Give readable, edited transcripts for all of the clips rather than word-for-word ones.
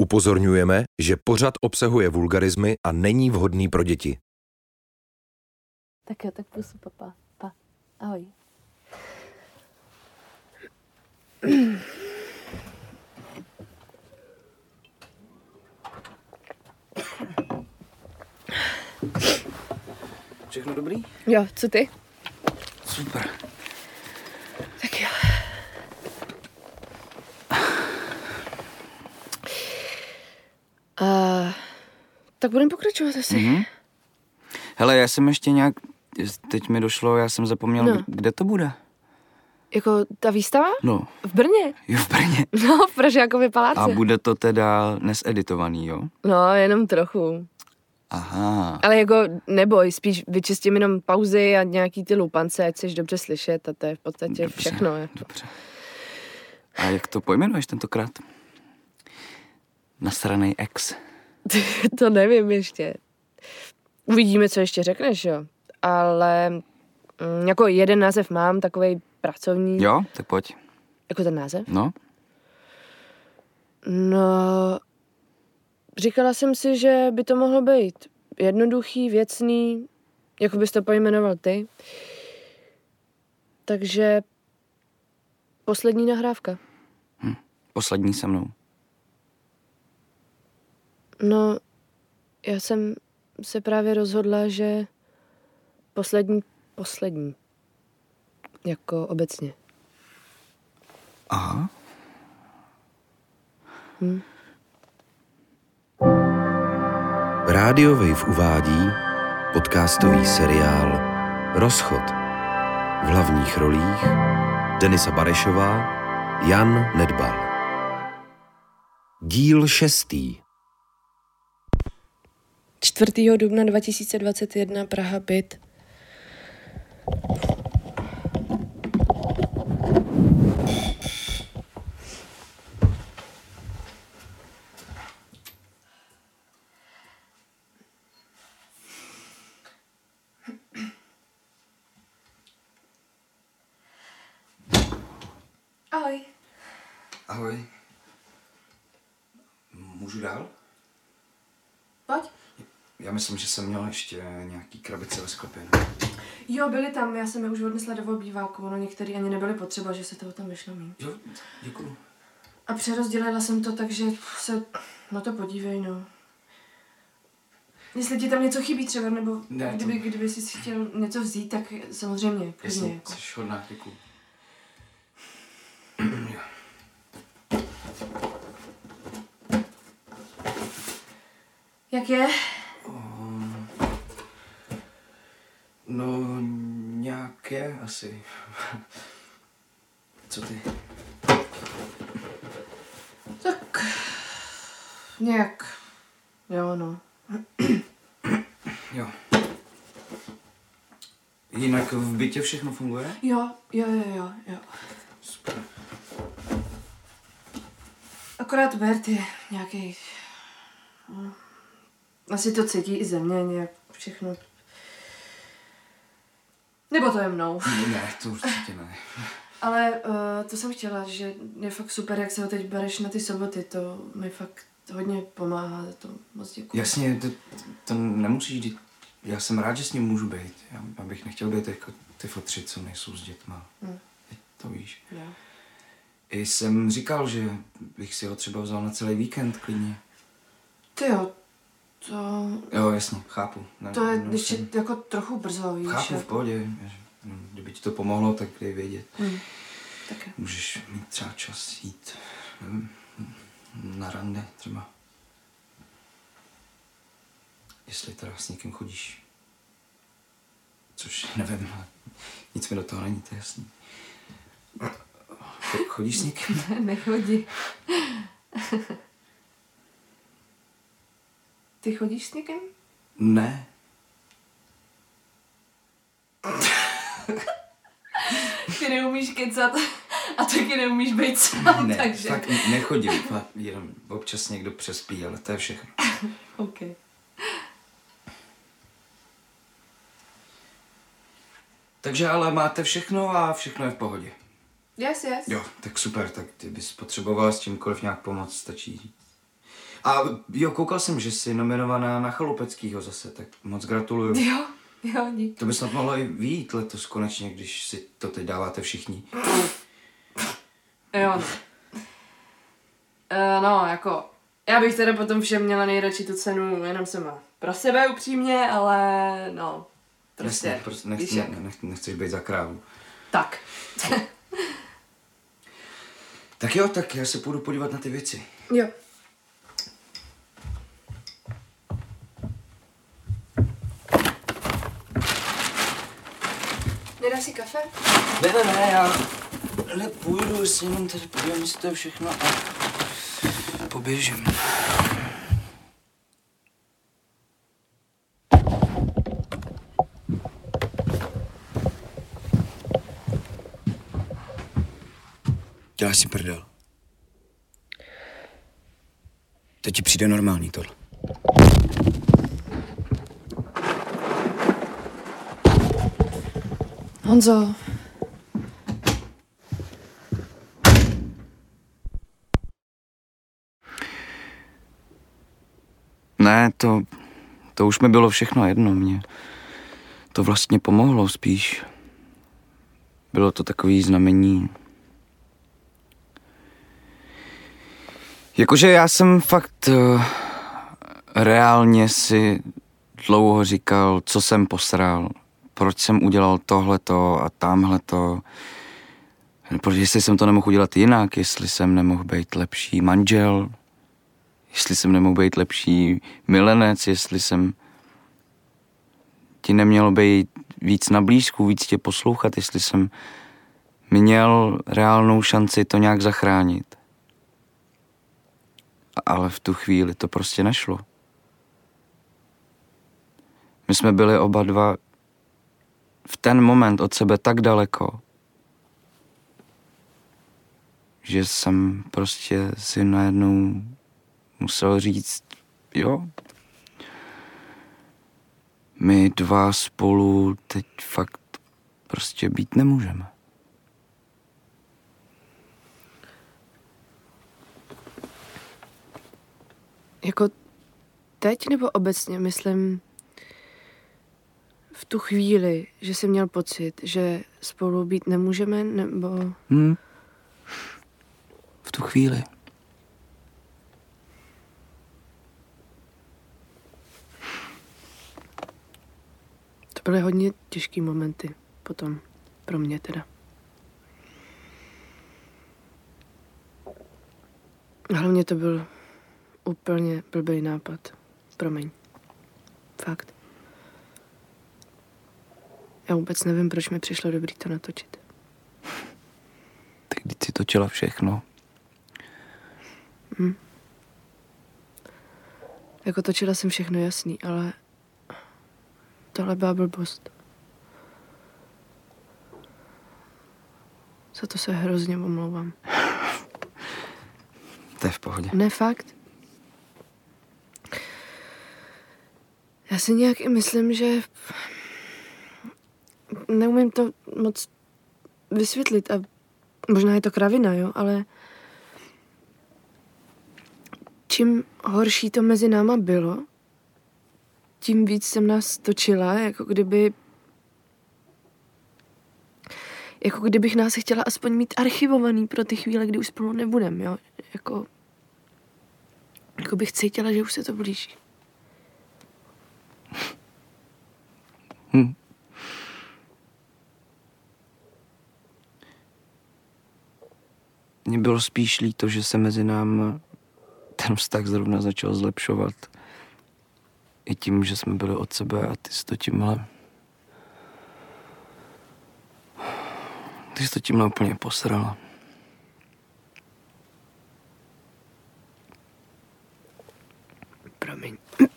Upozorňujeme, že pořad obsahuje vulgarismy a není vhodný pro děti. Tak jo, tak pusu, papa. Pa. Ahoj. Všechno dobrý? Jo, co ty? Super. Tak jo. Tak budeme pokračovat asi. Mm-hmm. Hele, já jsem ještě nějak, teď mi došlo, já jsem zapomněl, kde to bude? Jako ta výstava? No. V Brně? Jo, v Brně. No, v Pražákově paláci. A bude to teda neseditovaný, jo? No, jenom trochu. Aha. Ale jako neboj, spíš vyčistím jenom pauzy a nějaký ty lupance, ať jsi dobře slyšet a to je v podstatě dobře, všechno. Jako. Dobře. A jak to pojmenuješ tentokrát? Nasranej ex. To nevím ještě. Uvidíme, co ještě řekneš, jo. Ale jako jeden název mám, takovej pracovní. Jo, tak pojď. Jako ten název? No. No, říkala jsem si, že by to mohlo být jednoduchý, věcný, jako bys to pojmenoval ty. Takže poslední nahrávka. Poslední se mnou. No, já jsem se právě rozhodla, že poslední. Jako obecně. Aha. Rádio Wave uvádí podcastový seriál Rozchod. V hlavních rolích Denisa Barešová, Jan Nedbal. Díl 6. 4. dubna 2021, Praha, byt. Ahoj. Ahoj. Můžu dál? Pojď. Já myslím, že jsem měl ještě nějaký krabice ve sklepě. Jo, byly tam, já jsem je už odnesla do obýváku, no některý ani nebyly potřeba, že se toho tam vyšlo míň. Jo, děkuju. A přerozdělila jsem to, takže se na to podívej, no. Jestli ti tam něco chybí třeba, nebo ne, kdyby jsi chtěl něco vzít, tak samozřejmě. Jasně, jako. jsi hodná, děkuju. Jak je? No, nějak je asi. Co ty? Tak, nějak, jo, no. Jo. Jinak v bytě všechno funguje? Jo. Super. Akorát Bert je nějaký. Asi to cítí i ze mě nějak všechno. Nebo to je mnou. Ne, to určitě ne. Ale to jsem chtěla, že je fakt super, jak se ho teď bereš na ty soboty. To mi fakt hodně pomáhá, za to moc děkuji. Jasně, to nemusíš jít. Já jsem rád, že s ním můžu být. Já bych nechtěl být jako ty fotři, co nejsou s dětma. To víš. Jo. I jsem říkal, že bych si ho třeba vzal na celý víkend klidně. Ty jo, to... Jo, jasně, chápu. Ne, To je ještě jako trochu brzo, víš. Chápu, v pohodě. Kdyby ti to pomohlo, tak dej vědět. Tak jo. Můžeš mít třeba čas jít na rande třeba. Jestli teda s někým chodíš. Což nevím, ale nic mi do toho není, to je jasný. Chodíš s někým? Nechodí. Ty chodíš s někým? Ne. Ty neumíš kecat a taky neumíš být sám, Ne, takže... fakt nechodím, fakt jenom občas někdo přespí, ale to je všechno. OK. Takže ale máte všechno a všechno je v pohodě. Yes. Jo, tak super, tak ty bys potřebovala s čímkoliv nějak pomoct, stačí říct. A jo, koukal jsem, že jsi nominovaná na Chalupeckýho zase, tak moc gratuluju. Jo, díky. To by snad mohlo i vyjít letos konečně, když si to teď dáváte všichni. Jo. No, jako, já bych teda potom všem měla nejradši tu cenu jenom sama pro sebe upřímně, ale no, prostě, Jasně, prostě nechceš být za krávu. Tak. Tak jo, tak já se půjdu podívat na ty věci. Jo. Nedáš si kafe? Ne, já nepůjdu, si jenom tady podívám, jestli to je všechno a poběžím. Děláš si prdel. To ti přijde normální tohle. Honzo. Ne, to už mi bylo všechno jedno. Mě to vlastně pomohlo spíš. Bylo to takový znamení. Jakože já jsem fakt reálně si dlouho říkal, co jsem posral, proč jsem udělal tohleto a tamhleto. Jestli jsem to nemohl udělat jinak, jestli jsem nemohl být lepší manžel, jestli jsem nemohl být lepší milenec, jestli jsem ti nemělo být víc na blízku, víc tě poslouchat, jestli jsem měl reálnou šanci to nějak zachránit. Ale v tu chvíli to prostě nešlo. My jsme byli oba dva v ten moment od sebe tak daleko, že jsem prostě si najednou musel říct, jo, my dva spolu teď fakt prostě být nemůžeme. Jako teď nebo obecně, myslím, v tu chvíli, že jsi měl pocit, že spolu být nemůžeme, nebo... V tu chvíli. To byly hodně těžký momenty potom, pro mě teda. Hlavně to byl úplně blbý nápad. Promiň. Fakt. Já vůbec nevím, proč mi přišlo dobrý to natočit. Tak když jsi točila všechno. Jako točila jsem všechno jasný, ale tohle byla blbost. Za to se hrozně omlouvám. To je v pohodě. Ne, fakt. Já si nějak i myslím, že neumím to moc vysvětlit a možná je to kravina, jo, ale čím horší to mezi náma bylo, tím víc jsem nás točila, jako kdybych nás chtěla aspoň mít archivovaný pro ty chvíle, kdy už spolu nebudem, jo, jako bych cítila, že už se to blíží. Mně bylo spíš líto, že se mezi námi ten vztah zrovna začal zlepšovat. I tím, že jsme byli od sebe a ty jsi to tímhle úplně posrala. Promiň.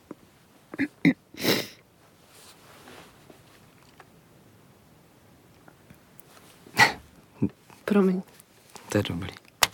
Promiň. To je dobrý.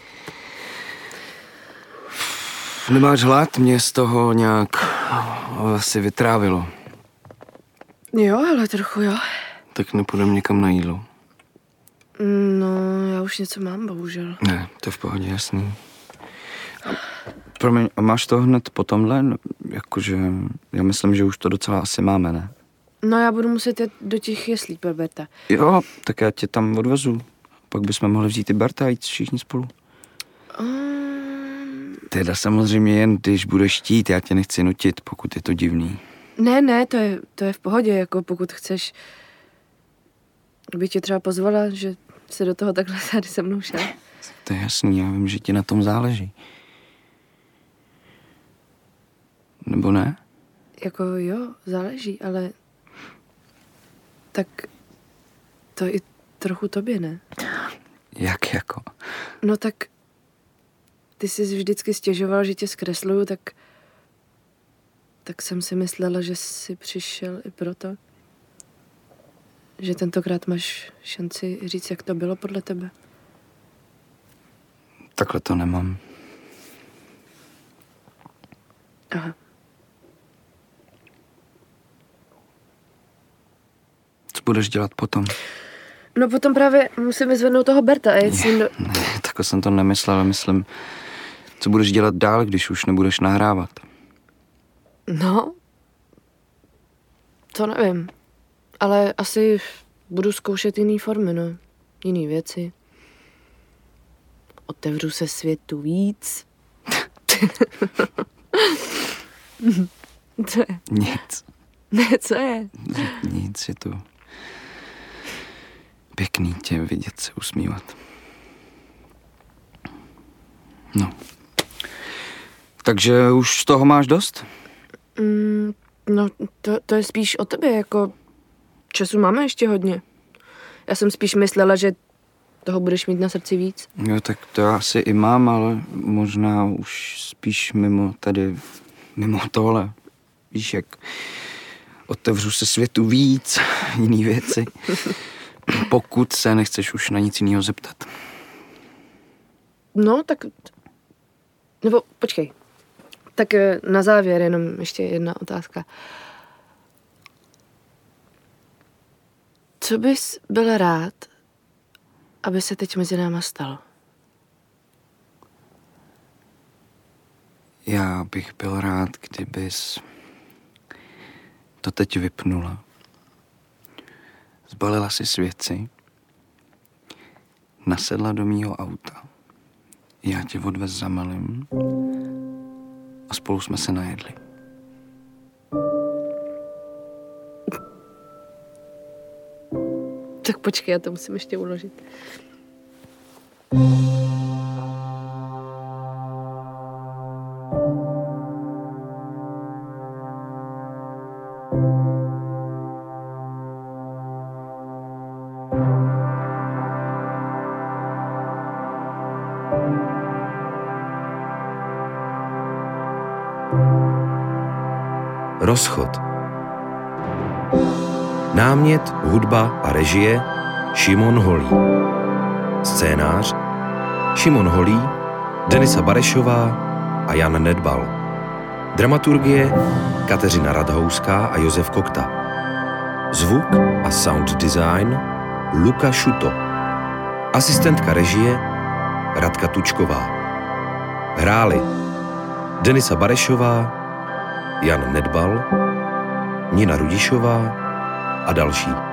Nemáš hlad? Mě z toho nějak asi vytrávilo. Jo, ale trochu jo. Tak nepůjdem někam na jídlo. No, já už něco mám, bohužel. Ne, to je v pohodě, jasný. Promiň, a máš to hned po tomhle? Jakože, já myslím, že už to docela asi máme, ne? No já budu muset jít do těch jeslí pro Berta. Jo, tak já tě tam odvezu. Pak bychom mohli vzít i Berta a jít všichni spolu. Teda samozřejmě jen, když budeš chtít, já tě nechci nutit, pokud je to divný. Ne, to je v pohodě, jako pokud chceš, aby tě třeba pozvala, že se do toho takhle tady se mnou šel. To je jasný, já vím, že ti na tom záleží. Nebo ne? Jako jo, záleží, ale tak to i trochu tobě, ne? Jak jako? No tak ty jsi vždycky stěžoval, že tě zkresluju, tak jsem si myslela, že jsi přišel i proto, že tentokrát máš šanci říct, jak to bylo podle tebe. Takhle to nemám. Aha. Co budeš dělat potom? No potom právě musím vyzvednout toho Berta a jít s ním do... Ne, takhle jsem to nemyslel, myslím, co budeš dělat dál, když už nebudeš nahrávat. No, to nevím, ale asi budu zkoušet jiný formy, no, jiný věci. Otevřu se světu víc. Co je? Nic. Ne, co je? Nic, je to pěkný tě vidět se usmívat. No. Takže už z toho máš dost? No, to je spíš o tebe, jako času máme ještě hodně. Já jsem spíš myslela, že toho budeš mít na srdci víc. Jo, tak to já asi i mám, ale možná už spíš mimo tohle. Víš, jak otevřu se světu víc, jiný věci. Pokud se nechceš už na nic jiného zeptat. No, tak... Nebo počkej. Tak na závěr jenom ještě jedna otázka. Co bys byl rád, aby se teď mezi náma stalo? Já bych byl rád, kdybys to teď vypnula. Zbalila si věci, nasedla do mýho auta. Já tě odvez za malým a spolu jsme se najedli. Tak počkej, já to musím ještě uložit. Rozchod. Námět, hudba a režie Šimon Holý. Scénář Šimon Holý, Denisa Barešová a Jan Nedbal. Dramaturgie Kateřina Radhouská a Josef Kokta. Zvuk a sound design Luka Šuto. Asistentka režie Radka Tučková. Hráli Denisa Barešová, Jan Nedbal, Nina Rudišová a další.